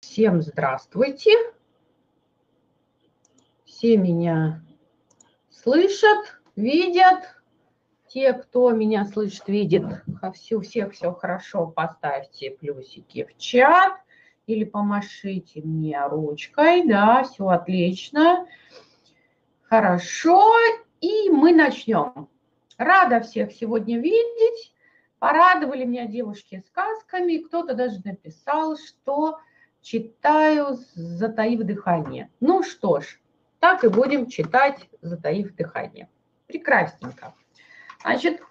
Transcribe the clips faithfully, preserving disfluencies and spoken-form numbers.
Всем здравствуйте. Все меня слышат, видят. Те, кто меня слышит, видит, у всех все хорошо, поставьте плюсики в чат или помашите мне ручкой. Да, все отлично. Хорошо. И мы начнем. Рада всех сегодня видеть. Порадовали меня девушки сказками. Кто-то даже написал, что читаю, затаив дыхание. Ну что ж, так и будем читать, затаив дыхание. Прекрасненько. Значит,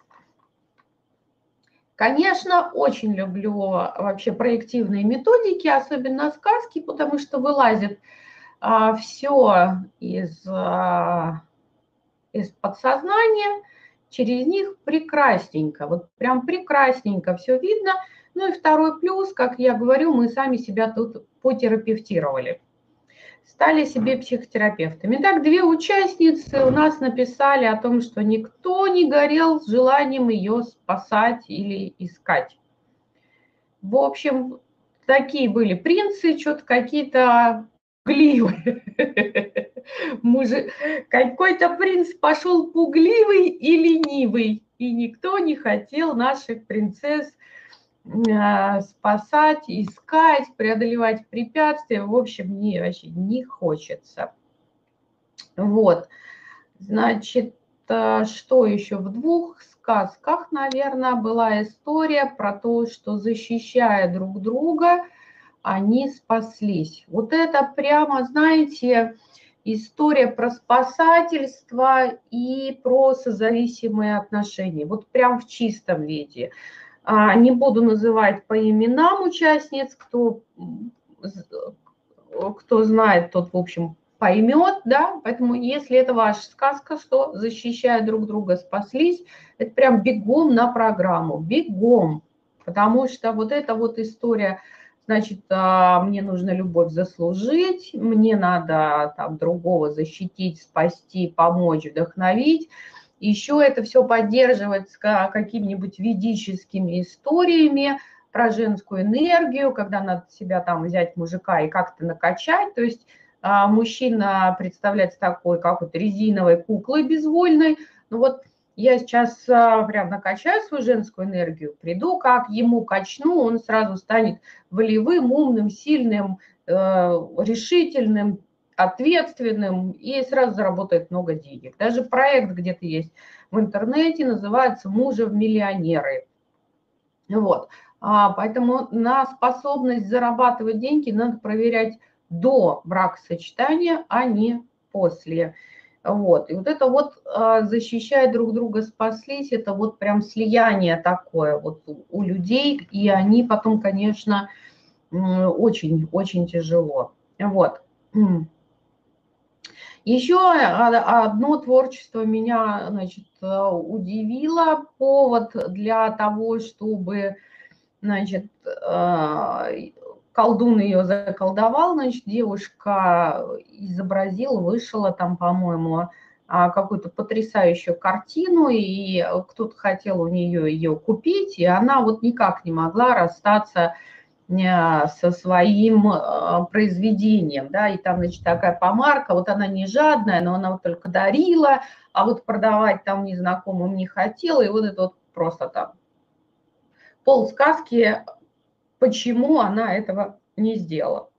конечно, очень люблю вообще проективные методики, особенно сказки, потому что вылазит а, все из, а, из подсознания, через них прекрасненько, вот прям прекрасненько все видно. Ну и второй плюс, как я говорю, мы сами себя тут потерапевтировали. Стали себе психотерапевтами. Так, две участницы у нас написали о том, что никто не горел с желанием ее спасать или искать. В общем, такие были принцы, что-то какие-то пугливые. Какой-то принц пошел пугливый и ленивый, и никто не хотел наших принцесс спасать, искать, преодолевать препятствия. В общем, мне вообще не хочется. Вот. Значит, что еще? В двух сказках, наверное, была история про то, что, защищая друг друга, они спаслись. Вот это прямо, знаете, история про спасательство и про созависимые отношения. Вот прям в чистом виде. Не буду называть по именам участниц, кто, кто знает, тот, в общем, поймет, да, поэтому если это ваша сказка, что защищая друг друга спаслись, это прям бегом на программу, бегом, потому что вот эта вот история, значит, мне нужно любовь заслужить, мне надо там другого защитить, спасти, помочь, вдохновить. Еще это все поддерживать какими-нибудь ведическими историями про женскую энергию, когда надо себя там взять мужика и как-то накачать. То есть мужчина представляется такой, как вот резиновой куклой безвольной. Ну вот я сейчас прям накачаю свою женскую энергию, приду, как ему качну, он сразу станет волевым, умным, сильным, решительным, ответственным и сразу заработает много денег. Даже проект где-то есть в интернете, называется «Мужа в миллионеры». Вот. Поэтому на способность зарабатывать деньги надо проверять до бракосочетания, а не после. Вот. И вот это вот, защищая друг друга, спаслись, это вот прям слияние такое вот у людей, и они потом, конечно, очень-очень тяжело. Вот. Еще одно творчество меня, значит, удивило. Повод для того, чтобы, значит, колдун ее заколдовал, значит, девушка изобразила, вышла там, по-моему, какую-то потрясающую картину, и кто-то хотел у нее ее купить, и она вот никак не могла расстаться со своим произведением, да, и там, значит, такая помарка, вот она не жадная, но она вот только дарила, а вот продавать там незнакомым не хотела, и вот это вот просто там полсказки, почему она этого не сделала.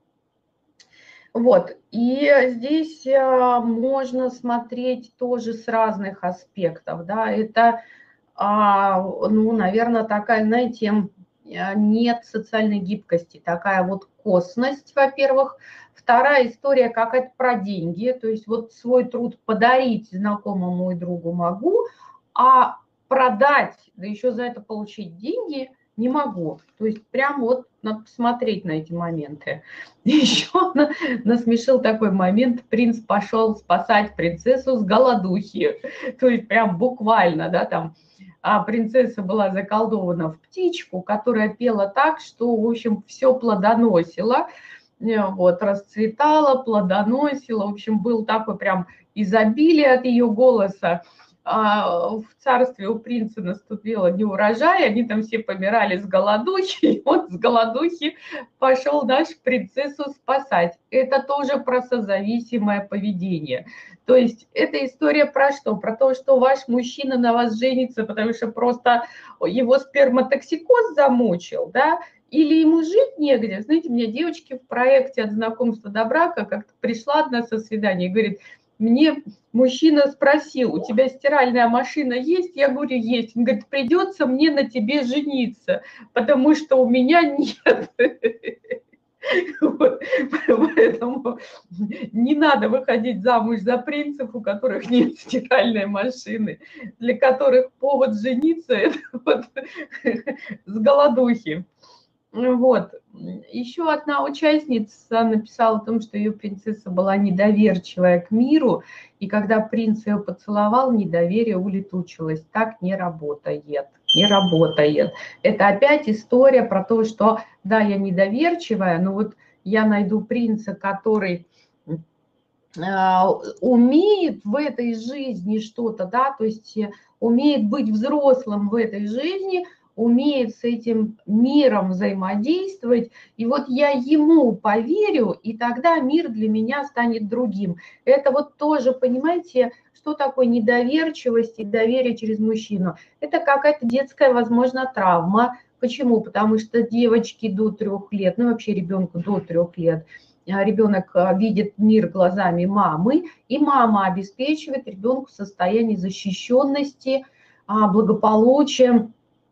Вот, и здесь можно смотреть тоже с разных аспектов, да, это, ну, наверное, такая, знаете, нет социальной гибкости, такая вот косность, во-первых. Вторая история какая-то про деньги, то есть вот свой труд подарить знакомому и другу могу, а продать, да еще за это получить деньги не могу. То есть прям вот надо посмотреть на эти моменты. Еще насмешил такой момент, принц пошел спасать принцессу с голодухи, то есть прям буквально, да, там, а принцесса была заколдована в птичку, которая пела так, что, в общем, все плодоносило, вот, расцветала, плодоносила, в общем, был такой прям изобилие от ее голоса. а, в царстве у принца наступило неурожай, они там все помирали с голодухи, и вот с голодухи пошел наш принцессу спасать. Это тоже про созависимое поведение. То есть эта история про что? Про то, что ваш мужчина на вас женится, потому что просто его сперматоксикоз замучил, да, или ему жить негде. Знаете, у меня девочки в проекте «От знакомства до брака» как-то пришла одна со свидания и говорит: мне мужчина спросил: у тебя стиральная машина есть? Я говорю: есть. Он говорит: придется мне на тебе жениться, потому что у меня нет. Вот. Поэтому не надо выходить замуж за принцев, у которых нет стиральной машины, для которых повод жениться – это вот с голодухи. Вот. Еще одна участница написала о том, что ее принцесса была недоверчивая к миру, и когда принц ее поцеловал, недоверие улетучилось. Так не работает. Не работает. Это опять история про то, что да, я недоверчивая, но вот я найду принца, который умеет в этой жизни что-то, да, то есть умеет быть взрослым в этой жизни, умеет с этим миром взаимодействовать, и вот я ему поверю, и тогда мир для меня станет другим. Это вот тоже, понимаете, что такое недоверчивость и доверие через мужчину? Это какая-то детская, возможно, травма. Почему? Потому что девочки до трех лет, ну вообще ребенку до трех лет, ребенок видит мир глазами мамы, и мама обеспечивает ребенку состояние защищенности, благополучия,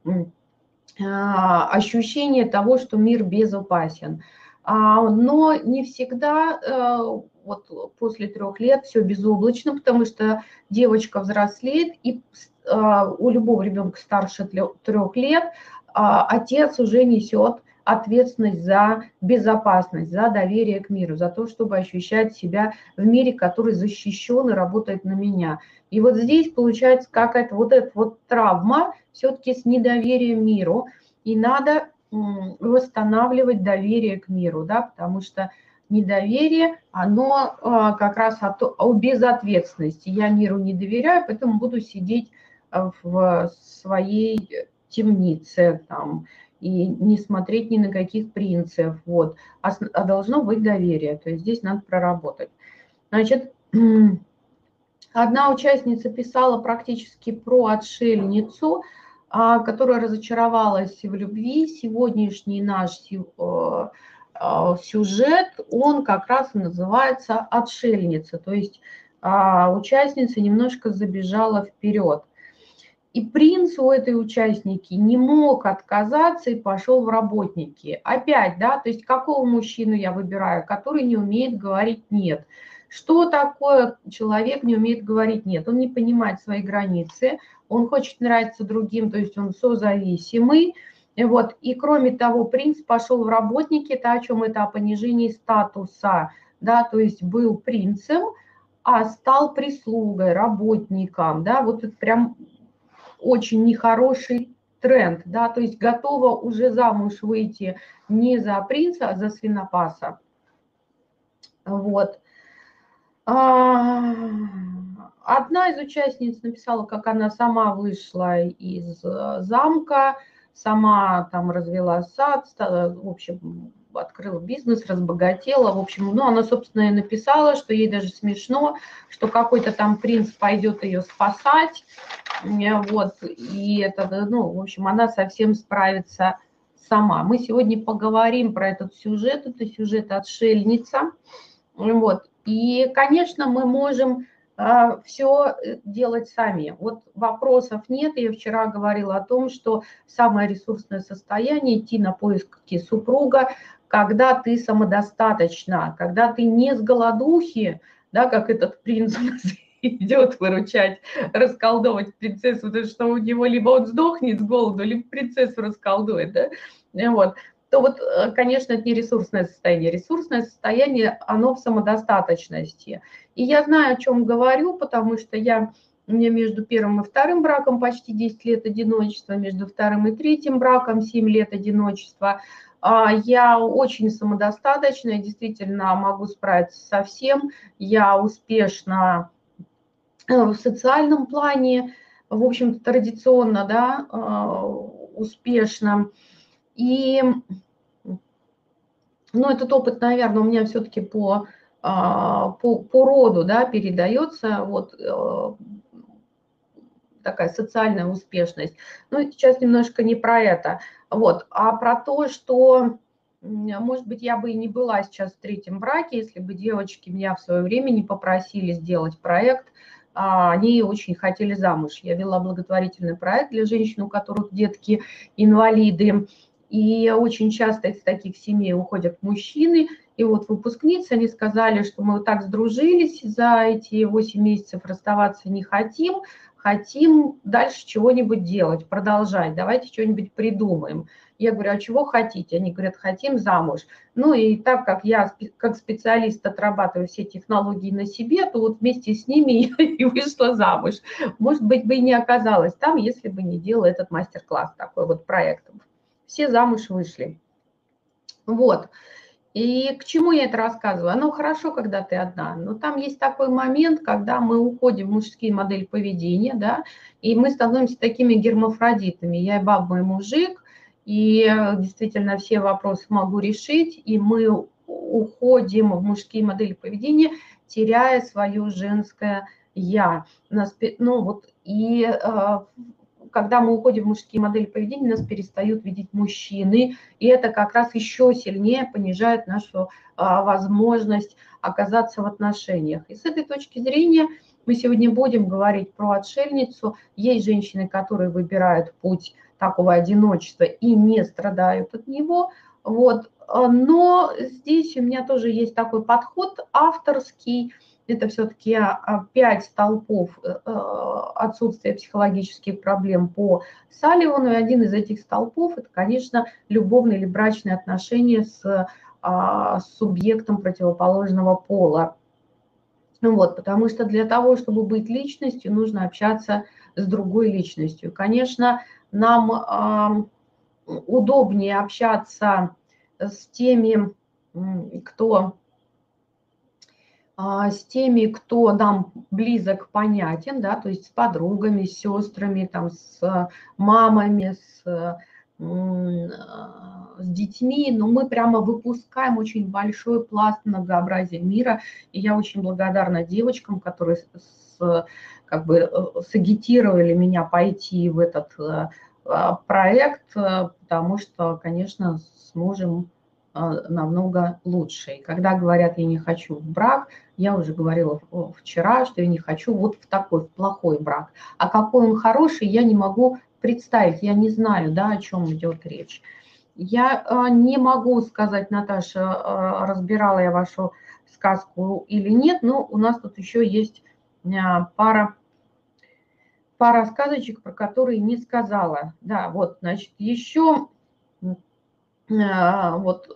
ощущение того, что мир безопасен. Но не всегда вот после трех лет все безоблачно, потому что девочка взрослеет, и у любого ребенка старше трех лет отец уже несет ответственность за безопасность, за доверие к миру, за то, чтобы ощущать себя в мире, который защищен и работает на меня. И вот здесь получается какая-то вот эта вот травма все-таки с недоверием миру, и надо восстанавливать доверие к миру, да, потому что недоверие, оно как раз о безответственности. Я миру не доверяю, поэтому буду сидеть в своей темнице там, и не смотреть ни на каких принцев, вот, а, а должно быть доверие, то есть здесь надо проработать. Значит, одна участница писала практически про отшельницу, которая разочаровалась в любви. Сегодняшний наш сюжет, он как раз и называется «Отшельница», то есть участница немножко забежала вперед. И принц у этой участники не мог отказаться и пошел в работники. Опять, да, то есть какого мужчину я выбираю, который не умеет говорить «нет». Что такое человек не умеет говорить «нет»? Он не понимает свои границы, он хочет нравиться другим, то есть он созависимый. Вот. И кроме того, принц пошел в работники, это о чем? Это о понижении статуса, да, то есть был принцем, а стал прислугой, работником, да, вот это прям очень нехороший тренд, да, то есть готова уже замуж выйти не за принца, а за свинопаса. Вот. Одна из участниц написала, как она сама вышла из замка, сама там развела сад, в общем, открыла бизнес, разбогатела, в общем, ну, она, собственно, и написала, что ей даже смешно, что какой-то там принц пойдет ее спасать, вот, и это, ну, в общем, она совсем справится сама. Мы сегодня поговорим про этот сюжет, это сюжет «Отшельница», вот, и, конечно, мы можем а, все делать сами. Вот вопросов нет. Я вчера говорила о том, что самое ресурсное состояние – идти на поиски супруга, когда ты самодостаточна, когда ты не с голодухи, да, как этот принц у нас идет выручать, расколдовать принцессу, потому что у него либо он сдохнет с голоду, либо принцессу расколдует, да, вот. То вот, конечно, это не ресурсное состояние. Ресурсное состояние, оно в самодостаточности. И я знаю, о чем говорю, потому что я, у меня между первым и вторым браком почти десять лет одиночества, между вторым и третьим браком семь лет одиночества. Я очень самодостаточная, действительно могу справиться со всем. Я успешно в социальном плане, в общем-то, традиционно, да, успешно. И, ну, этот опыт, наверное, у меня все-таки по, по, по роду, да, передается, вот, такая социальная успешность. Но сейчас немножко не про это, вот, а про то, что, может быть, я бы и не была сейчас в третьем браке, если бы девочки меня в свое время не попросили сделать проект. Они очень хотели замуж. Я вела благотворительный проект для женщин, у которых детки инвалиды. И очень часто из таких семей уходят мужчины. И вот выпускницы, они сказали, что мы вот так сдружились, за эти восемь месяцев расставаться не хотим, хотим дальше чего-нибудь делать, продолжать, давайте что-нибудь придумаем. Я говорю, а чего хотите? Они говорят, хотим замуж. Ну и так как я как специалист отрабатываю все технологии на себе, то вот вместе с ними я и вышла замуж. Может быть, бы и не оказалось там, если бы не делала этот мастер-класс, такой вот проект. Все замуж вышли. Вот. И к чему я это рассказываю? Оно хорошо, когда ты одна, но там есть такой момент, когда мы уходим в мужские модели поведения, да, и мы становимся такими гермафродитами. Я и баба, мой мужик, и действительно все вопросы могу решить, и мы уходим в мужские модели поведения, теряя свое женское «я». Ну вот, и когда мы уходим в мужские модели поведения, нас перестают видеть мужчины, и это как раз еще сильнее понижает нашу а, возможность оказаться в отношениях. И с этой точки зрения мы сегодня будем говорить про отшельницу. Есть женщины, которые выбирают путь такого одиночества и не страдают от него. Вот. Но здесь у меня тоже есть такой подход авторский. Это все-таки пять столпов отсутствия психологических проблем по Салливану. И один из этих столпов – это, конечно, любовные или брачные отношения с, с субъектом противоположного пола. Ну вот, потому что для того, чтобы быть личностью, нужно общаться с другой личностью. Конечно, нам удобнее общаться с теми, кто... с теми, кто нам близок, понятен, да, то есть с подругами, с сестрами, там, с мамами, с, с детьми, но мы прямо выпускаем очень большой пласт многообразия мира, и я очень благодарна девочкам, которые с, как бы сагитировали меня пойти в этот проект, потому что, конечно, с мужем намного лучше. И когда говорят, я не хочу в брак, я уже говорила вчера, что я не хочу вот в такой в плохой брак. А какой он хороший, я не могу представить, я не знаю, да, о чем идет речь. Я не могу сказать, Наташа, разбирала я вашу сказку или нет, но у нас тут еще есть пара, пара сказочек, про которые не сказала. Да, вот, значит, еще... Вот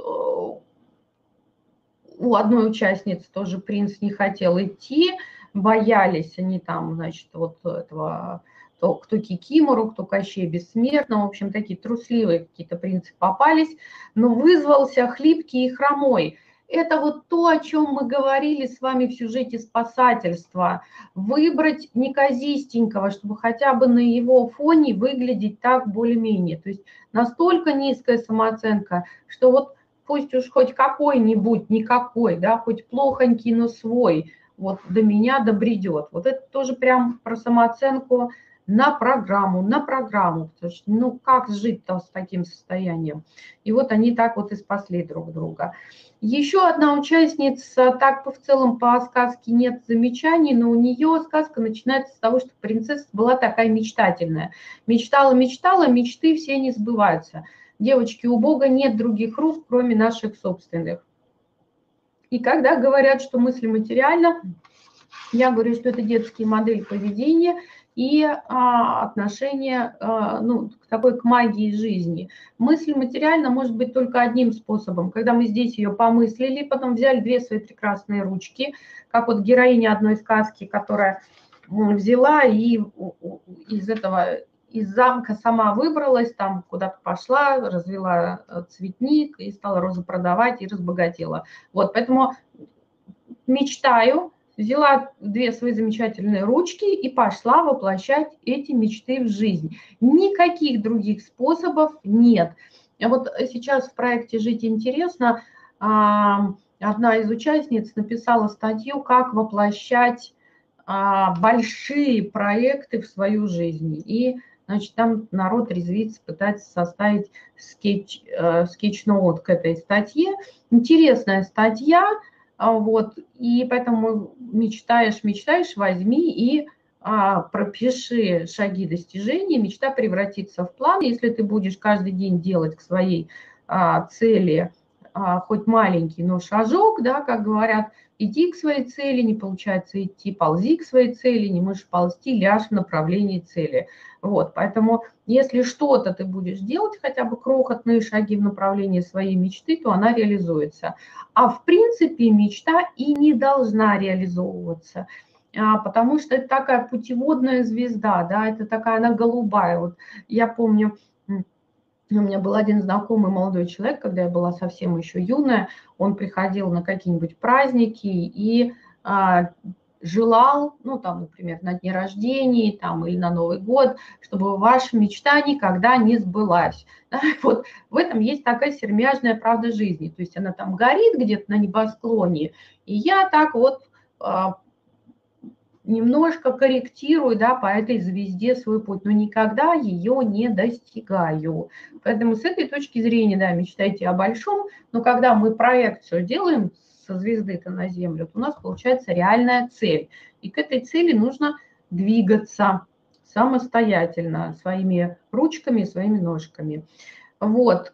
у одной участницы тоже принц не хотел идти, боялись они там, значит, вот этого, то, кто Кикимору, кто Кощей Бессмертного, в общем, такие трусливые какие-то принцы попались, но вызвался хлипкий и хромой. Это вот то, о чем мы говорили с вами в сюжете спасательства. Выбрать неказистенького, чтобы хотя бы на его фоне выглядеть так более-менее. То есть настолько низкая самооценка, что вот пусть уж хоть какой-нибудь, никакой, да, хоть плохонький, но свой, вот до меня добредет. Вот это тоже прям про самооценку на программу, на программу. Потому что, ну, как жить-то с таким состоянием? И вот они так вот и спасли друг друга. Еще одна участница, так в целом по сказке нет замечаний, но у нее сказка начинается с того, что принцесса была такая мечтательная. Мечтала, мечтала, мечты все не сбываются. Девочки, у Бога нет других рук, кроме наших собственных. И когда говорят, что мысль материальна, я говорю, что это детские модели поведения и а, отношение а, ну, к такой к магии жизни. Мысль материальна может быть только одним способом. Когда мы здесь ее помыслили, потом взяли две свои прекрасные ручки, как вот героиня одной сказки, которая взяла и из этого... из замка сама выбралась, там куда-то пошла, развела цветник и стала розы продавать и разбогатела. Вот, поэтому мечтаю, взяла две свои замечательные ручки и пошла воплощать эти мечты в жизнь. Никаких других способов нет. Вот сейчас в проекте «Жить интересно» одна из участниц написала статью «Как воплощать большие проекты в свою жизнь». И, значит, там народ резвится, пытается составить скетч, скетч-ноут к этой статье. Интересная статья, вот, и поэтому мечтаешь, мечтаешь, возьми и а, пропиши шаги достижения. Мечта превратится в план. Если ты будешь каждый день делать к своей а, цели а, хоть маленький, но шажок, да, как говорят, иди к своей цели, не получается идти, ползи к своей цели, не можешь ползти, ляжь в направлении цели. Вот, поэтому если что-то ты будешь делать, хотя бы крохотные шаги в направлении своей мечты, то она реализуется. А в принципе мечта и не должна реализовываться, потому что это такая путеводная звезда, да, это такая, она голубая. Вот я помню, у меня был один знакомый молодой человек, когда я была совсем еще юная, он приходил на какие-нибудь праздники и а, желал, ну, там, например, на дне рождения там, или на Новый год, чтобы ваша мечта никогда не сбылась. Да? Вот в этом есть такая сермяжная правда жизни. То есть она там горит где-то на небосклоне, и я так вот а, немножко корректирую, да, по этой звезде свой путь, но никогда ее не достигаю. Поэтому с этой точки зрения, да, мечтайте о большом, но когда мы проекцию делаем со звезды-то на Землю, то у нас получается реальная цель. И к этой цели нужно двигаться самостоятельно, своими ручками, своими ножками. Вот.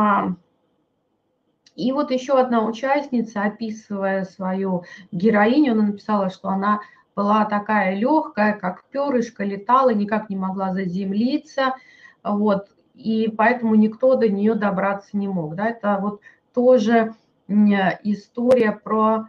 И вот еще одна участница, описывая свою героиню, она написала, что она была такая легкая, как перышко, летала, никак не могла заземлиться, вот, и поэтому никто до нее добраться не мог. Да? Это вот тоже история про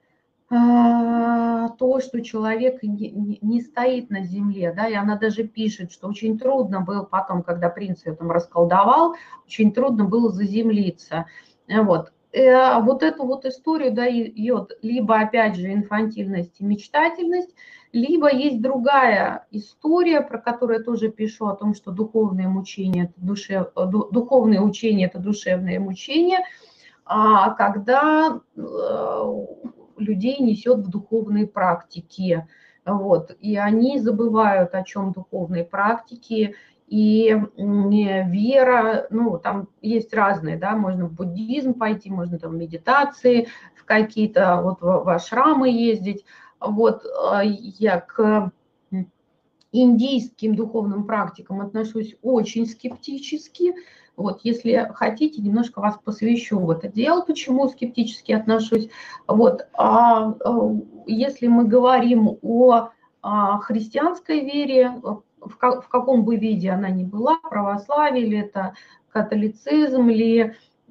а, то, что человек не, не, не стоит на земле, да, и она даже пишет, что очень трудно было потом, когда принц ее там расколдовал, очень трудно было заземлиться. Вот. Вот эту вот историю дает либо, опять же, инфантильность и мечтательность, либо есть другая история, про которую я тоже пишу, о том, что духовные мучения, это душев... духовные учения – это душевные мучения, когда людей несет в духовные практики. Вот. И они забывают, о чем духовные практики. И вера, ну, там есть разные, да, можно в буддизм пойти, можно там в медитации, в какие-то, вот в, в ашрамы ездить. Вот я к индийским духовным практикам отношусь очень скептически. Вот, если хотите, немножко вас посвящу в это дело, почему скептически отношусь. Вот, а, если мы говорим о, о христианской вере, в, как, в каком бы виде она ни была, православие ли это, католицизм ли,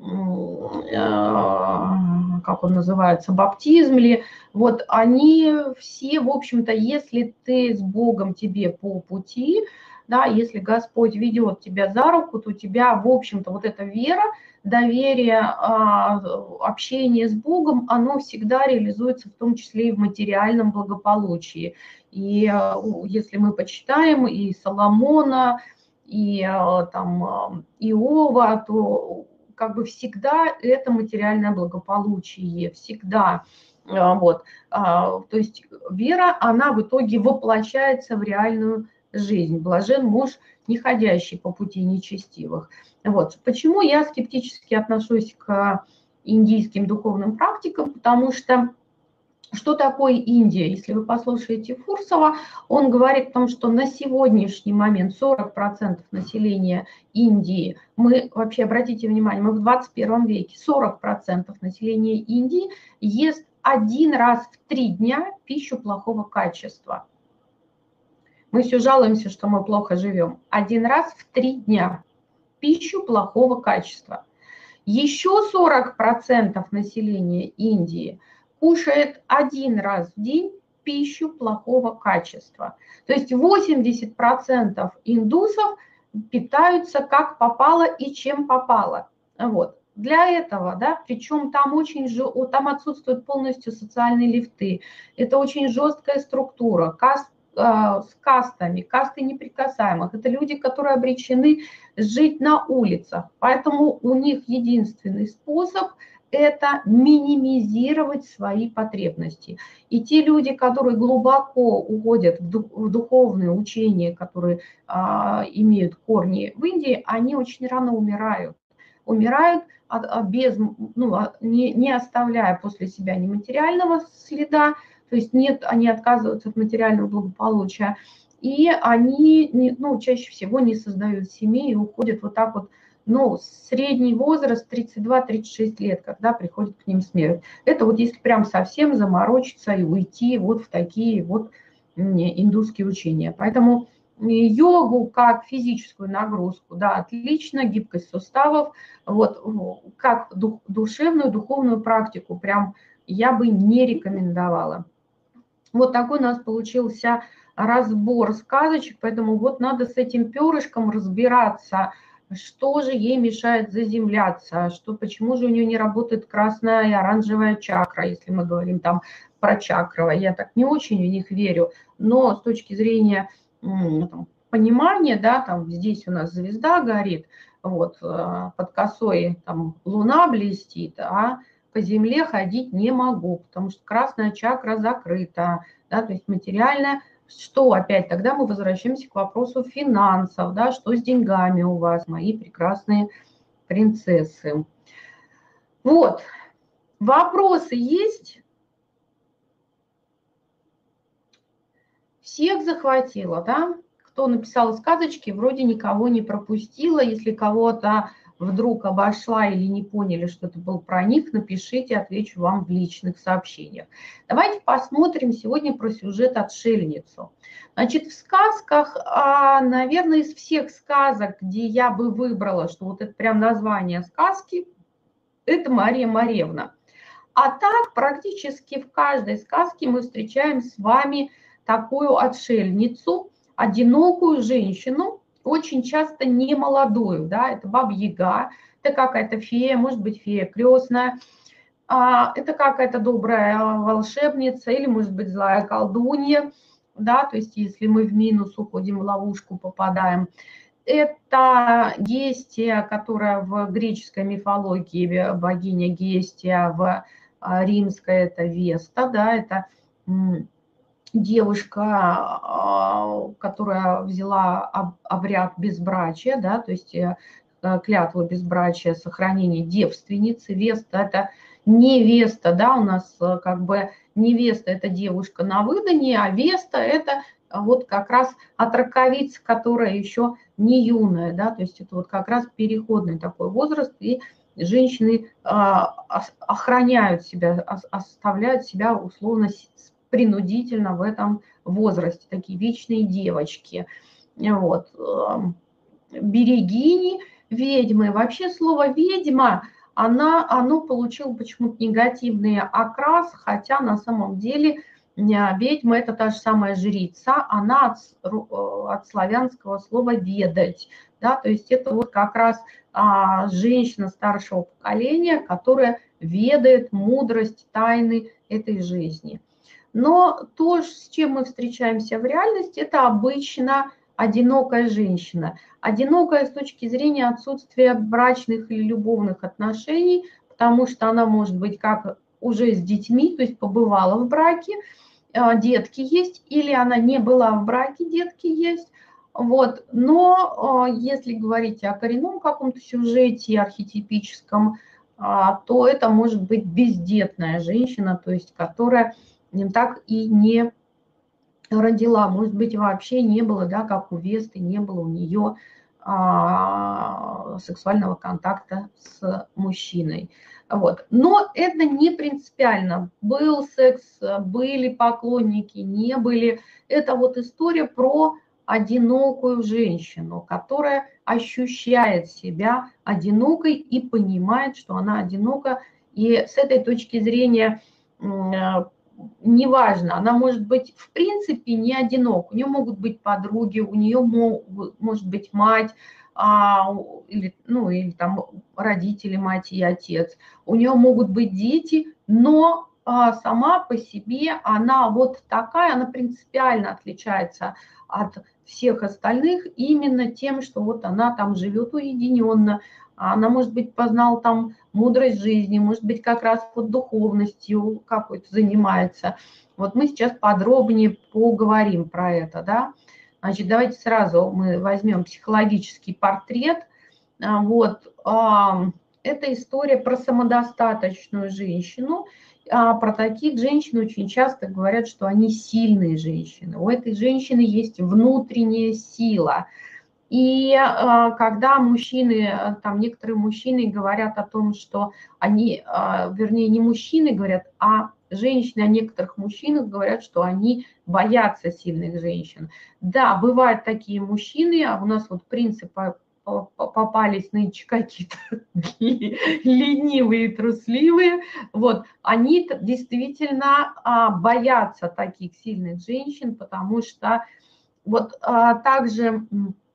как он называется, баптизм ли, вот они все, в общем-то, если ты с Богом, тебе по пути, да, если Господь ведет тебя за руку, то у тебя, в общем-то, вот эта вера, доверие, общение с Богом, оно всегда реализуется в том числе и в материальном благополучии. И если мы почитаем и Соломона, и там Иова, то как бы всегда это материальное благополучие, всегда. Вот. То есть вера, она в итоге воплощается в реальную жизнь. Блажен муж, не ходящий по пути нечестивых. Вот. Почему я скептически отношусь к индийским духовным практикам? Потому что что такое Индия? Если вы послушаете Фурсова, он говорит о том, что на сегодняшний момент сорок процентов населения Индии, мы вообще, обратите внимание, мы в двадцать первом веке, сорок процентов населения Индии ест один раз в три дня пищу плохого качества. Мы все жалуемся, что мы плохо живем. Один раз в три дня пищу плохого качества. Еще сорок процентов населения Индии кушает один раз в день пищу плохого качества. То есть восемьдесят процентов индусов питаются как попало и чем попало. Вот. для этого, да, причем там очень же, там отсутствуют полностью социальные лифты. Это очень жесткая структура, каст, э, с кастами, касты неприкасаемых. Это люди, которые обречены жить на улицах. Поэтому у них единственный способ – это минимизировать свои потребности. И те люди, которые глубоко уходят в духовные учения, которые а, имеют корни в Индии, они очень рано умирают. Умирают без, ну, не, не оставляя после себя ни материального следа, то есть нет, они отказываются от материального благополучия, и они, ну, чаще всего не создают семьи и уходят вот так вот, ну, средний возраст тридцать два — тридцать шесть лет, когда приходит к ним смерть. Это вот если прям совсем заморочиться и уйти вот в такие вот индусские учения. Поэтому йогу как физическую нагрузку, да, отлично, гибкость суставов, вот, как душевную, духовную практику прям я бы не рекомендовала. Вот такой у нас получился разбор сказочек, поэтому вот надо с этим перышком разбираться, что же ей мешает заземляться, что, почему же у нее не работает красная и оранжевая чакра, если мы говорим там про чакры. Я так не очень в них верю, но с точки зрения там, понимания, да, там здесь у нас звезда горит, вот, под косой там луна блестит, а по земле ходить не могу, потому что красная чакра закрыта, да, то есть материальная. Что опять, тогда мы возвращаемся к вопросу финансов, да, что с деньгами у вас, мои прекрасные принцессы. Вот, вопросы есть? Всех захватила, да? Кто написал сказочки, вроде никого не пропустила. Если кого-то вдруг обошла или не поняли, что это был про них, напишите, отвечу вам в личных сообщениях. Давайте посмотрим сегодня про сюжет «Отшельницу». Значит, в сказках, наверное, из всех сказок, где я бы выбрала, что вот это прям название сказки, это Мария Моревна. А так практически в каждой сказке мы встречаем с вами такую отшельницу, одинокую женщину, очень часто не молодую, да, это Баба-Яга, это какая-то фея, может быть, фея крестная, это какая-то добрая волшебница или, может быть, злая колдунья, да, то есть если мы в минус уходим, в ловушку попадаем. Это Гестия, которая в греческой мифологии богиня Гестия, в римской это Веста, да, это девушка, которая взяла обряд безбрачия, да, то есть клятву безбрачия, сохранение девственницы. Веста – это невеста, да, у нас как бы невеста – это девушка на выданье, а Веста – это вот как раз отраковица, которая еще не юная, да, то есть это вот как раз переходный такой возраст, и женщины охраняют себя, оставляют себя условно принудительно в этом возрасте, такие вечные девочки. Вот. Берегини, ведьмы. Вообще слово «ведьма», она, оно получило почему-то негативный окрас, хотя на самом деле ведьма – это та же самая жрица, она от, от славянского слова «ведать». Да, то есть это вот как раз а, женщина старшего поколения, которая ведает мудрость, тайны этой жизни. Но то, с чем мы встречаемся в реальности, это обычно одинокая женщина. Одинокая с точки зрения отсутствия брачных или любовных отношений, потому что она может быть как уже с детьми, то есть побывала в браке, детки есть, или она не была в браке, детки есть. Вот. Но если говорить о коренном каком-то сюжете архетипическом, то это может быть бездетная женщина, то есть которая так и не родила, может быть, вообще не было, да, как у Весты, не было у нее а, сексуального контакта с мужчиной. Вот. Но это не принципиально. Был секс, были поклонники, не были. Это вот история про одинокую женщину, которая ощущает себя одинокой и понимает, что она одинока. И с этой точки зрения неважно, она может быть в принципе не одинока, у нее могут быть подруги, у нее может быть мать, а, или, ну, или там родители, мать и отец. У нее могут быть дети, но а, сама по себе она вот такая, она принципиально отличается от всех остальных именно тем, что вот она там живет уединенно, она, может быть, познала там мудрость жизни, может быть, как раз вот духовностью какой-то занимается. Вот мы сейчас подробнее поговорим про это, да. Значит, давайте сразу мы возьмем психологический портрет. Вот, это история про самодостаточную женщину. Про таких женщин очень часто говорят, что они сильные женщины. У этой женщины есть внутренняя сила. И э, когда мужчины, там некоторые мужчины говорят о том, что они, э, вернее, не мужчины говорят, а женщины о некоторых мужчинах говорят, что они боятся сильных женщин. Да, бывают такие мужчины, а у нас вот принципы попались нынче какие-то ленивые, трусливые, вот, они действительно а, боятся таких сильных женщин, потому что вот а, также...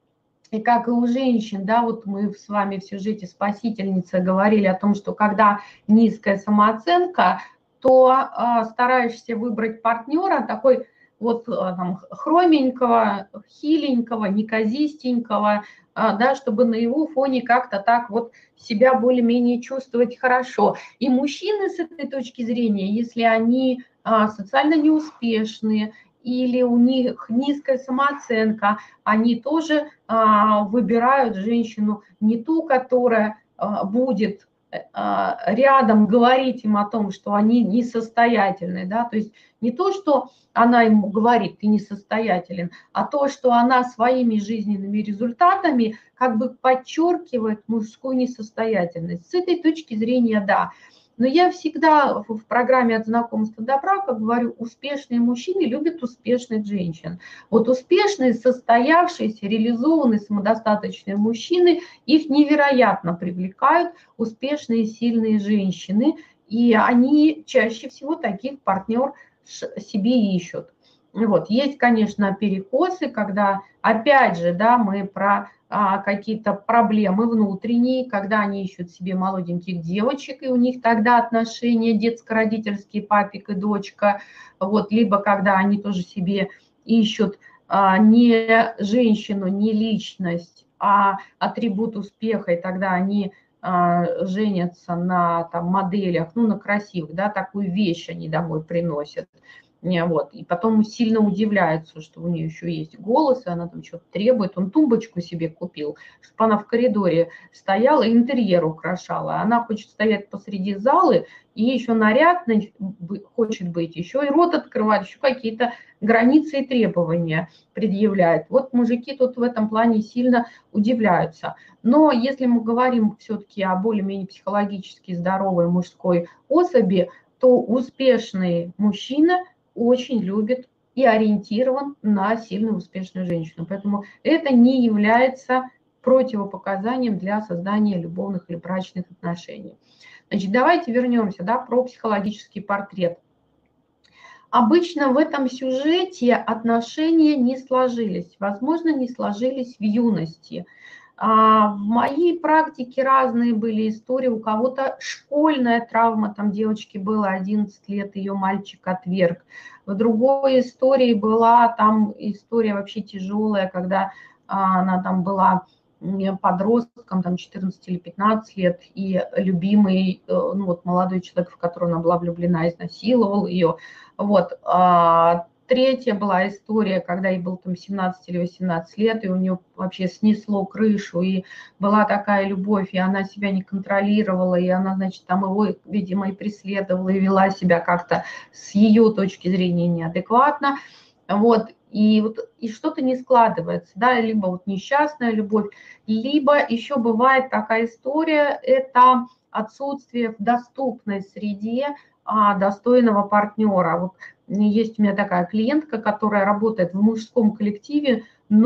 И как и у женщин, да, вот мы с вами в сюжете «Спасительница» говорили о том, что когда низкая самооценка, то э, стараешься выбрать партнера такой вот э, там, хроменького, хиленького, неказистенького, э, да, чтобы на его фоне как-то так вот себя более-менее чувствовать хорошо. И мужчины с этой точки зрения, если они э, социально неуспешные, или у них низкая самооценка, они тоже а, выбирают женщину не ту, которая а, будет а, рядом говорить им о том, что они несостоятельны, да, то есть не то, что она ему говорит, ты несостоятелен, а то, что она своими жизненными результатами как бы подчеркивает мужскую несостоятельность. С этой точки зрения, да. Но я всегда в программе «От знакомства до брака» говорю, успешные мужчины любят успешных женщин. Вот успешные, состоявшиеся, реализованные, самодостаточные мужчины, их невероятно привлекают успешные, сильные женщины, и они чаще всего таких партнер себе ищут. Вот. Есть, конечно, перекосы, когда, опять же, да, мы про а, какие-то проблемы внутренние, когда они ищут себе молоденьких девочек, и у них тогда отношения детско-родительские, папик и дочка, вот, либо когда они тоже себе ищут а, не женщину, не личность, а атрибут успеха, и тогда они а, женятся на там, моделях, ну, на красивых, да, такую вещь они домой приносят. Вот. И потом сильно удивляется, что у нее еще есть голос, и она там что-то требует. Он тумбочку себе купил, чтобы она в коридоре стояла и интерьер украшала. Она хочет стоять посреди залы и еще нарядной хочет быть, еще и рот открывать, еще какие-то границы и требования предъявляет. Вот мужики тут в этом плане сильно удивляются. Но если мы говорим все-таки о более-менее психологически здоровой мужской особи, то успешный мужчина очень любит и ориентирован на сильную успешную женщину. Поэтому это не является противопоказанием для создания любовных или брачных отношений. Значит, давайте вернемся, да, про психологический портрет. Обычно в этом сюжете отношения не сложились, возможно, не сложились в юности. В моей практике разные были истории. У кого-то школьная травма, там девочке было одиннадцать лет, ее мальчик отверг. В другой истории была там история вообще тяжелая, когда она там была подростком, там четырнадцать или пятнадцать лет, и любимый, ну вот молодой человек, в которого она была влюблена, изнасиловал ее. Вот. Третья была история, когда ей было там семнадцать или восемнадцать лет, и у нее вообще снесло крышу, и была такая любовь, и она себя не контролировала, и она, значит, там его, видимо, и преследовала, и вела себя как-то с ее точки зрения неадекватно. Вот. И, вот, и что-то не складывается, да, либо вот несчастная любовь, либо еще бывает такая история, это отсутствие в доступной среде а, достойного партнера. Вот есть у меня такая клиентка, которая работает в мужском коллективе,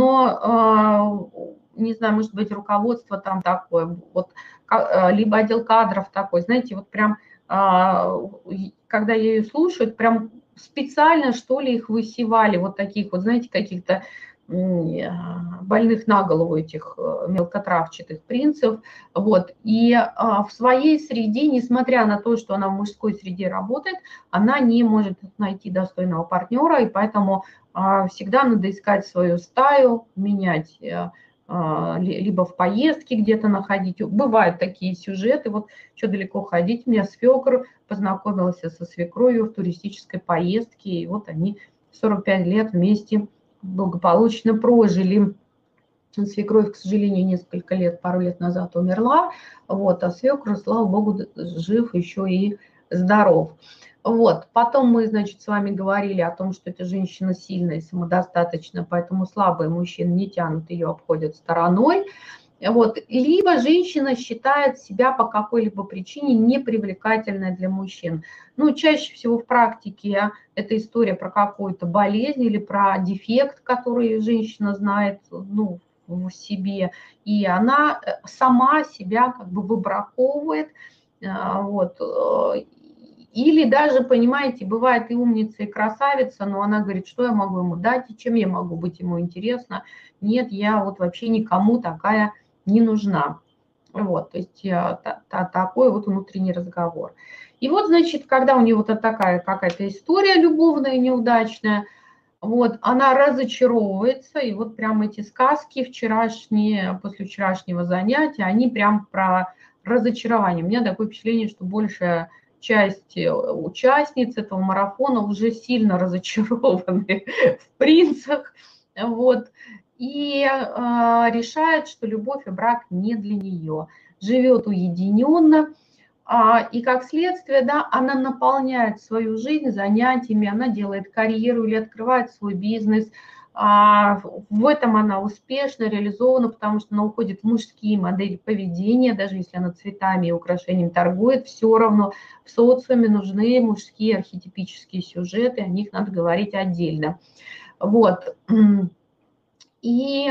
но, не знаю, может быть, руководство там такое, вот, либо отдел кадров такой, знаете, вот прям, когда я ее слушаю, прям специально, что ли, их высевали, вот таких вот, знаете, каких-то больных на голову этих мелкотравчатых принцев. Вот. И в своей среде, несмотря на то, что она в мужской среде работает, она не может найти достойного партнера, и поэтому всегда надо искать свою стаю, менять либо в поездке где-то находить. Бывают такие сюжеты, вот что далеко ходить, у меня свекр познакомился со свекровью в туристической поездке, и вот они сорок пять лет вместе благополучно прожили. Свекровь, к сожалению, несколько лет, пару лет назад умерла, вот, а свекр, слава богу, жив еще и здоров. Вот. Потом мы, значит, с вами говорили о том, что эта женщина сильная и самодостаточна, поэтому слабые мужчины не тянут, ее обходят стороной. Вот. Либо женщина считает себя по какой-либо причине непривлекательной для мужчин. Ну, чаще всего в практике это история про какую-то болезнь или про дефект, который женщина знает, ну, в себе, и она сама себя как бы выбраковывает, вот. Или даже, понимаете, бывает и умница, и красавица, но она говорит, что я могу ему дать, и чем я могу быть ему интересна. Нет, я вот вообще никому такая не нужна. Вот, то есть та, та, такой вот внутренний разговор. И вот, значит, когда у нее вот такая какая-то история любовная, неудачная, вот, она разочаровывается, и вот прям эти сказки вчерашние, после вчерашнего занятия, они прям про разочарование. У меня такое впечатление, что большая часть участниц этого марафона уже сильно разочарованы в принцах, вот, и э, решает, что любовь и брак не для нее. Живет уединенно, и как следствие, да, она наполняет свою жизнь занятиями, она делает карьеру или открывает свой бизнес. В этом она успешно реализована, потому что она уходит в мужские модели поведения, даже если она цветами и украшениями торгует, все равно в социуме нужны мужские архетипические сюжеты, о них надо говорить отдельно. Вот. И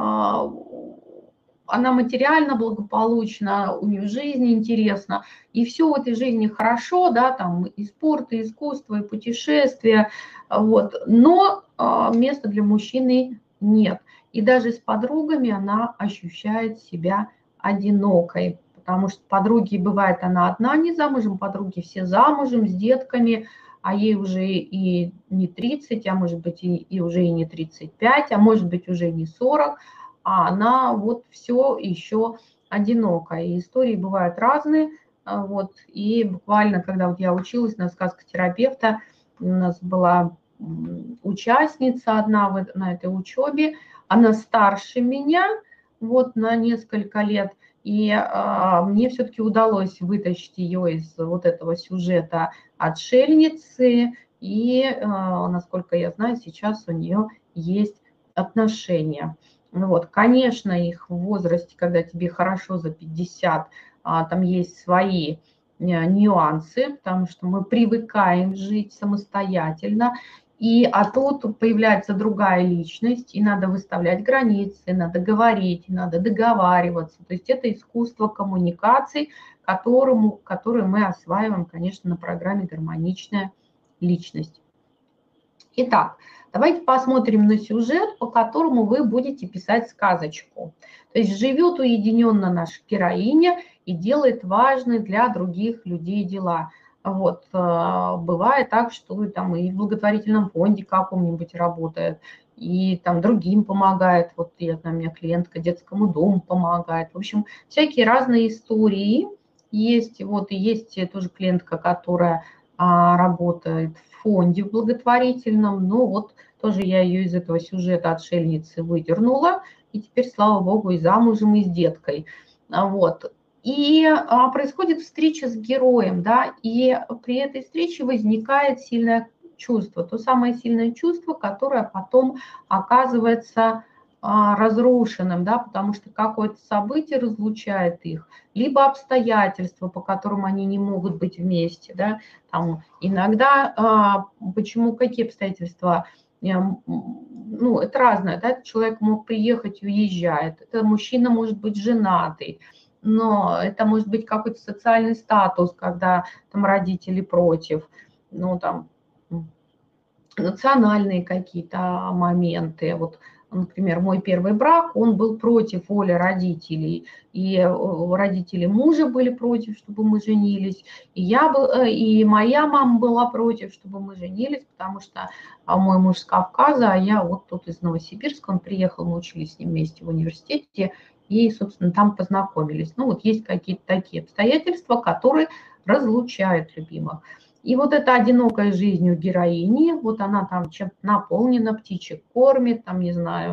она материально благополучна, у нее жизнь интересна, и все в этой жизни хорошо, да, там и спорт, и искусство, и путешествия, вот, но места для мужчины нет. И даже с подругами она ощущает себя одинокой, потому что подруги, бывает, она одна не замужем, подруги все замужем, с детками, а ей уже и не тридцать, а может быть и, и уже и не тридцать пять, а может быть уже не сорок, а она вот все еще одинокая. И истории бывают разные. Вот. И буквально, когда вот я училась на сказкотерапевта, у нас была участница одна на этой учебе, она старше меня вот на несколько лет, и а, мне все-таки удалось вытащить ее из вот этого сюжета отшельницы, и, а, насколько я знаю, сейчас у нее есть отношения. Вот, конечно, их в возрасте, когда тебе хорошо за пятьдесят, а, там есть свои нюансы, потому что мы привыкаем жить самостоятельно, и, а тут появляется другая личность, и надо выставлять границы, надо говорить, надо договариваться. То есть это искусство коммуникаций, которому, которое мы осваиваем, конечно, на программе «Гармоничная личность». Итак, давайте посмотрим на сюжет, по которому вы будете писать сказочку. То есть живет уединенно наша героиня и делает важные для других людей дела. Вот, бывает так, что там и в благотворительном фонде каком-нибудь работает, и там другим помогает. Вот я, у меня клиентка детскому дому помогает. В общем, всякие разные истории есть. Вот и есть тоже клиентка, которая а, работает в фонде в благотворительном. Ну вот тоже я ее из этого сюжета отшельницы выдернула. И теперь, слава богу, и замужем, и с деткой. Вот. И а, происходит встреча с героем, да, и при этой встрече возникает сильное чувство, то самое сильное чувство, которое потом оказывается а, разрушенным, да, потому что какое-то событие разлучает их, либо обстоятельства, по которым они не могут быть вместе, да, там иногда, а, почему, какие обстоятельства, ну, это разное, да, человек мог приехать и уезжает, это мужчина может быть женатый, но это может быть какой-то социальный статус, когда там родители против, ну там национальные какие-то моменты, вот например, мой первый брак, он был против воли родителей, и родители мужа были против, чтобы мы женились, и, я был, и моя мама была против, чтобы мы женились, потому что мой муж с Кавказа, а я вот тут из Новосибирска, он приехал, мы учились с ним вместе в университете, и, собственно, там познакомились. Ну, вот есть какие-то такие обстоятельства, которые разлучают любимых. И вот эта одинокая жизнь у героини, вот она там чем-то наполнена, птичек кормит, там, не знаю,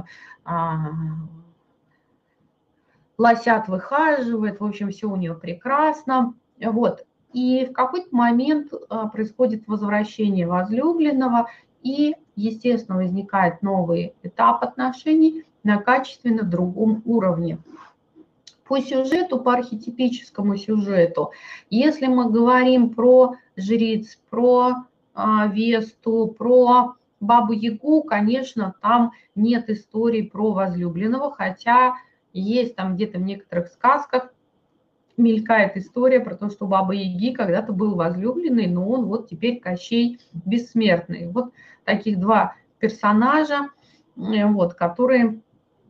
лосят выхаживает, в общем, все у нее прекрасно. Вот. И в какой-то момент происходит возвращение возлюбленного, и, естественно, возникает новый этап отношений на качественно другом уровне. По сюжету, по архетипическому сюжету, если мы говорим про жриц, про а, Весту, про Бабу-Ягу, конечно, там нет истории про возлюбленного, хотя есть там где-то в некоторых сказках мелькает история про то, что у Бабы-Яги когда-то был возлюбленный, но он вот теперь Кощей Бессмертный. Вот таких два персонажа, вот, которые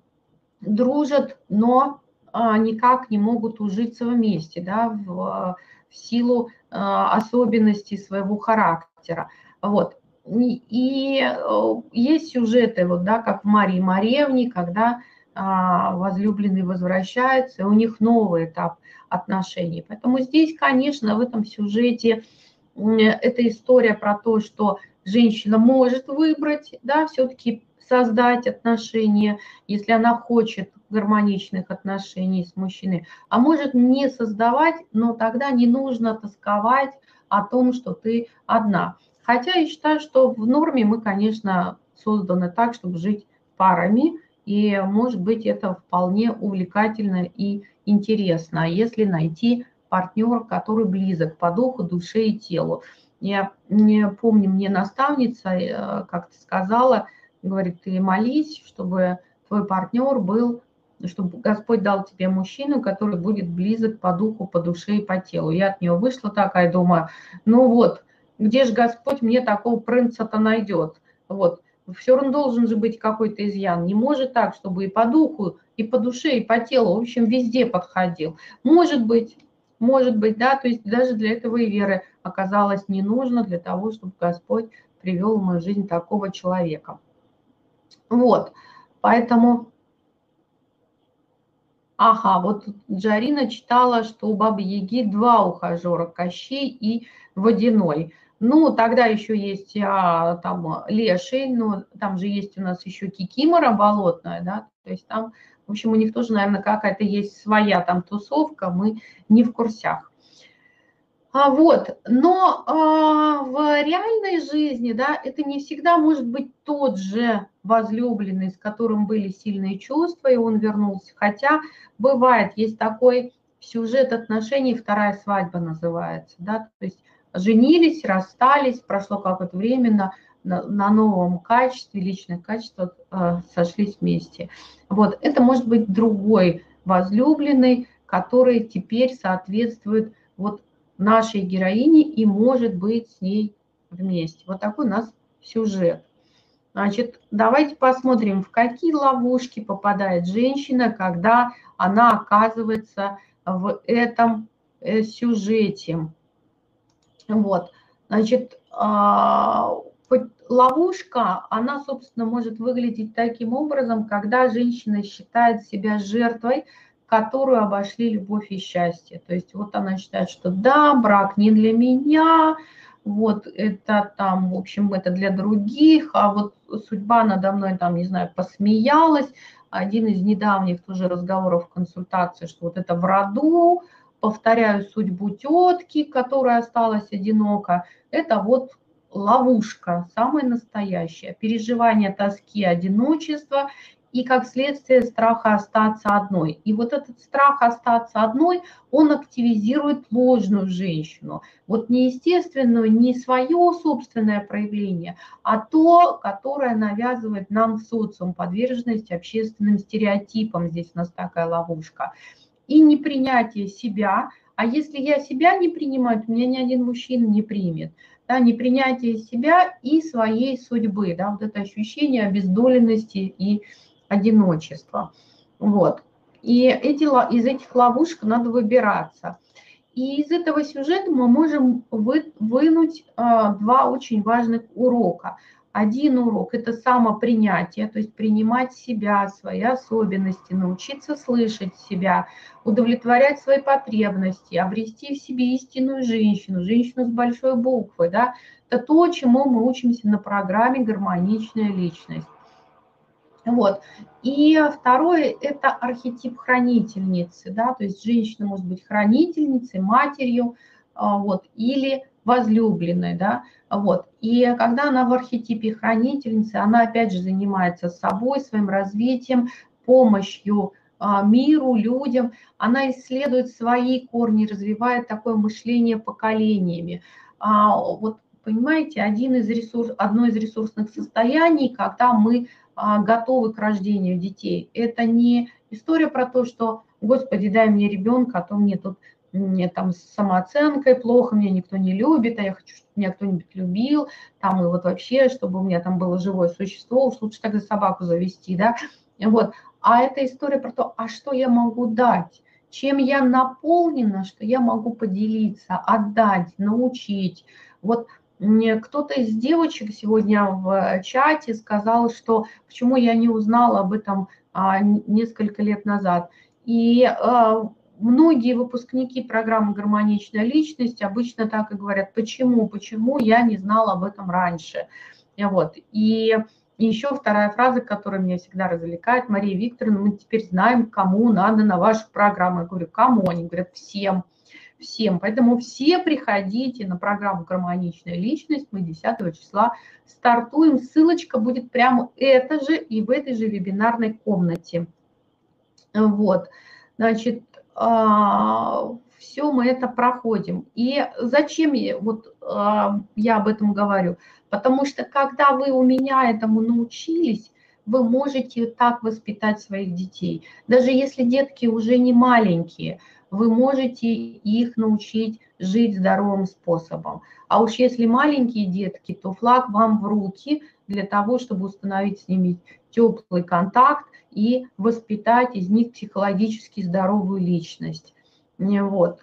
дружат, но никак не могут ужиться вместе, да, в, в силу особенностей своего характера. Вот. И, и есть сюжеты, вот, да, как в Марии Моревне, когда а, возлюбленный возвращается, и у них новый этап отношений. Поэтому здесь, конечно, в этом сюжете эта история про то, что женщина может выбрать, да, все-таки создать отношения, если она хочет гармоничных отношений с мужчиной, а может не создавать, но тогда не нужно тосковать о том, что ты одна. Хотя я считаю, что в норме мы, конечно, созданы так, чтобы жить парами, и, может быть, это вполне увлекательно и интересно, если найти партнер, который близок по духу, душе и телу. Я не помню, мне наставница как-то сказала, говорит, ты молись, чтобы твой партнер был, чтобы Господь дал тебе мужчину, который будет близок по духу, по душе и по телу. Я от нее вышла такая, думаю, ну вот, где же Господь мне такого принца-то найдет? Вот, все равно должен же быть какой-то изъян. Не может так, чтобы и по духу, и по душе, и по телу, в общем, везде подходил. Может быть, может быть, да, то есть даже для этого и веры оказалось не нужно, для того, чтобы Господь привел в мою жизнь такого человека. Вот, поэтому, ага, вот Джарина читала, что у Бабы-Яги два ухажера, Кощей и Водяной. Ну, тогда еще есть а, там Леший, но там же есть у нас еще Кикимора болотная, да, то есть там, в общем, у них тоже, наверное, какая-то есть своя там тусовка, мы не в курсах. А вот, но а, в реальной жизни, да, это не всегда может быть тот же возлюбленный, с которым были сильные чувства, и он вернулся. Хотя бывает, есть такой сюжет отношений, вторая свадьба называется, да, то есть женились, расстались, прошло какое-то время, на, на, на новом качестве, личных качествах э, сошлись вместе. Вот, это может быть другой возлюбленный, который теперь соответствует вот нашей героини и может быть с ней вместе. Вот такой у нас сюжет. Значит, давайте посмотрим, в какие ловушки попадает женщина, когда она оказывается в этом сюжете. Вот, значит, ловушка, она, собственно, может выглядеть таким образом, когда женщина считает себя жертвой, которую обошли любовь и счастье. То есть вот она считает, что да, брак не для меня, вот это там, в общем, это для других, а вот судьба надо мной там, не знаю, посмеялась. Один из недавних тоже разговоров в консультации, что вот это в роду, повторяю судьбу тетки, которая осталась одинока, это вот ловушка, самая настоящая, переживание тоски, одиночества и, как следствие, страха остаться одной. И вот этот страх остаться одной, он активизирует ложную женщину. Вот не естественную, не свое собственное проявление, а то, которое навязывает нам в социум, подверженность общественным стереотипам. Здесь у нас такая ловушка. И непринятие себя. А если я себя не принимаю, то меня ни один мужчина не примет. Да, непринятие себя и своей судьбы. Да, вот это ощущение обездоленности и одиночества. Вот. И эти, из этих ловушек надо выбираться. И из этого сюжета мы можем вы, вынуть а, два очень важных урока. Один урок – это самопринятие, то есть принимать себя, свои особенности, научиться слышать себя, удовлетворять свои потребности, обрести в себе истинную женщину, женщину с большой буквы. Да? Это то, чему мы учимся на программе «Гармоничная личность». Вот. И второе – это архетип хранительницы, да, то есть женщина может быть хранительницей, матерью, вот, или возлюбленной, да, вот. И когда она в архетипе хранительницы, она опять же занимается собой, своим развитием, помощью миру, людям, она исследует свои корни, развивает такое мышление поколениями. Вот, понимаете, один из ресурс, одно из ресурсных состояний, когда мы готовы к рождению детей. Это не история про то, что, Господи, дай мне ребенка, а то мне тут мне там с самооценкой плохо, меня никто не любит, а я хочу, чтобы меня кто-нибудь любил, там, и вот вообще, чтобы у меня там было живое существо, уж лучше тогда собаку завести, да, вот. А это история про то, а что я могу дать, чем я наполнена, что я могу поделиться, отдать, научить, вот. Кто-то из девочек сегодня в чате сказал, что почему я не узнала об этом а, несколько лет назад. И а, многие выпускники программы «Гармоничная личность» обычно так и говорят, почему, почему я не знала об этом раньше. Вот. И еще вторая фраза, которая меня всегда развлекает: Мария Викторовна, мы теперь знаем, кому надо на вашу программу. Я говорю, кому? Они говорят, всем. Всем. Поэтому все приходите на программу «Гармоничная личность». Мы десятого числа стартуем. Ссылочка будет прямо это же и в этой же вебинарной комнате. Вот. Значит, все мы это проходим. И зачем я, вот, я об этом говорю? Потому что когда вы у меня этому научились, вы можете так воспитать своих детей. Даже если детки уже не маленькие, вы можете их научить жить здоровым способом. А уж если маленькие детки, то флаг вам в руки для того, чтобы установить с ними теплый контакт и воспитать из них психологически здоровую личность. Вот.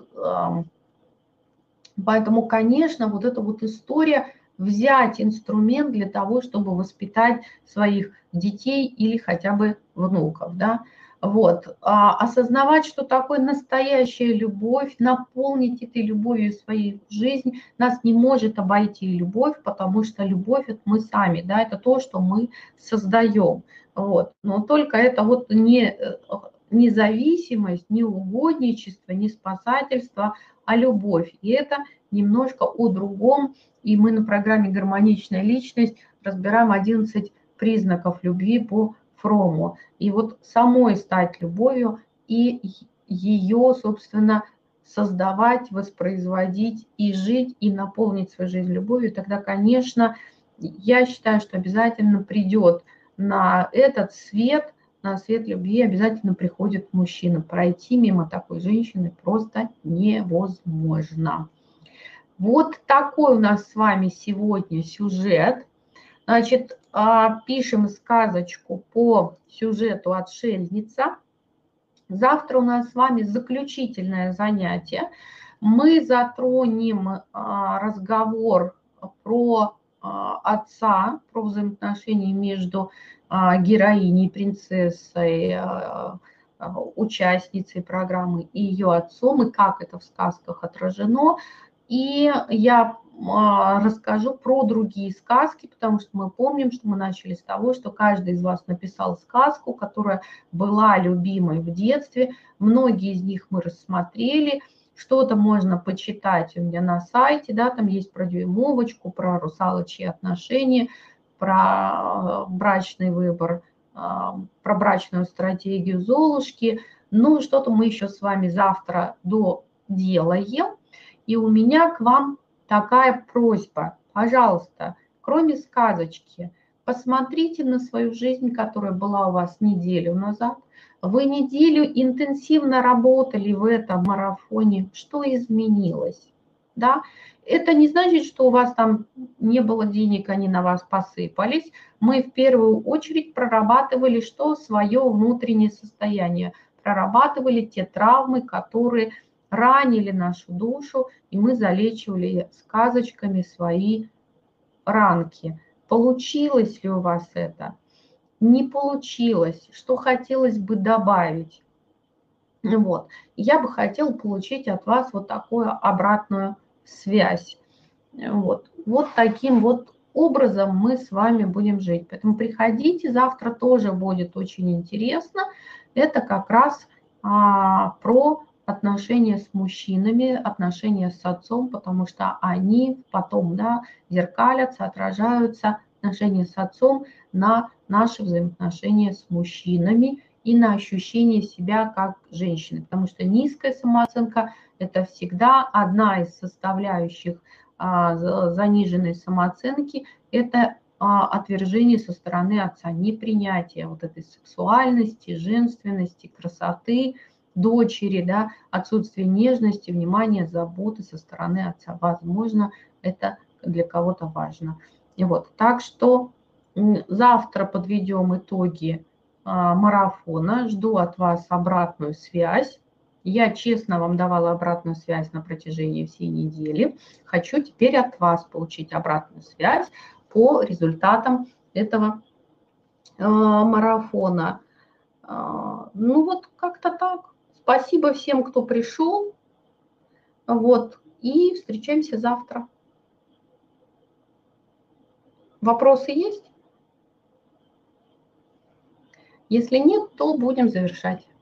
Поэтому, конечно, вот эта вот история взять инструмент для того, чтобы воспитать своих детей или хотя бы внуков, да. Вот. А осознавать, что такое настоящая любовь, наполнить этой любовью свою жизнь, нас не может обойти любовь, потому что любовь – это мы сами, да, это то, что мы создаем. Вот. Но только это вот не независимость, не угодничество, не спасательство, а любовь. И это немножко о другом. И мы на программе «Гармоничная личность» разбираем одиннадцать признаков любви по Фрому. И вот самой стать любовью и ее, собственно, создавать, воспроизводить и жить, и наполнить свою жизнь любовью, тогда, конечно, я считаю, что обязательно придет на этот свет, на свет любви обязательно приходит мужчина. Пройти мимо такой женщины просто невозможно. Вот такой у нас с вами сегодня сюжет. Значит, пишем сказочку по сюжету «Отшельница». Завтра у нас с вами заключительное занятие. Мы затронем разговор про отца, про взаимоотношения между героиней, принцессой, участницей программы и ее отцом, и как это в сказках отражено. И я расскажу про другие сказки, потому что мы помним, что мы начали с того, что каждый из вас написал сказку, которая была любимой в детстве. Многие из них мы рассмотрели. Что-то можно почитать у меня на сайте, да, там есть про дюймовочку, про русалочьи отношения, про брачный выбор, про брачную стратегию Золушки. Ну, что-то мы еще с вами завтра доделаем. И у меня к вам такая просьба. Пожалуйста, кроме сказочки, посмотрите на свою жизнь, которая была у вас неделю назад. Вы неделю интенсивно работали в этом марафоне. Что изменилось? да. Это не значит, что у вас там не было денег, они на вас посыпались. Мы в первую очередь прорабатывали что? Свое внутреннее состояние. Прорабатывали те травмы, которые ранили нашу душу, и мы залечивали сказочками свои ранки. Получилось ли у вас это? Не получилось. Что хотелось бы добавить? Вот. Я бы хотела получить от вас вот такую обратную связь. Вот. Вот таким вот образом мы с вами будем жить. Поэтому приходите, завтра тоже будет очень интересно. Это как раз а, про отношения с мужчинами, отношения с отцом, потому что они потом, да, зеркалятся, отражаются, отношения с отцом на наши взаимоотношения с мужчинами и на ощущение себя как женщины. Потому что низкая самооценка – это всегда одна из составляющих заниженной самооценки, это отвержение со стороны отца, непринятие вот этой сексуальности, женственности, красоты дочери, да, отсутствие нежности, внимания, заботы со стороны отца. Возможно, это для кого-то важно. И вот, так что завтра подведем итоги марафона. Жду от вас обратную связь. Я честно вам давала обратную связь на протяжении всей недели. Хочу теперь от вас получить обратную связь по результатам этого э, марафона. Э, ну вот как-то так. Спасибо всем, кто пришел. Вот. И встречаемся завтра. Вопросы есть? Если нет, то будем завершать.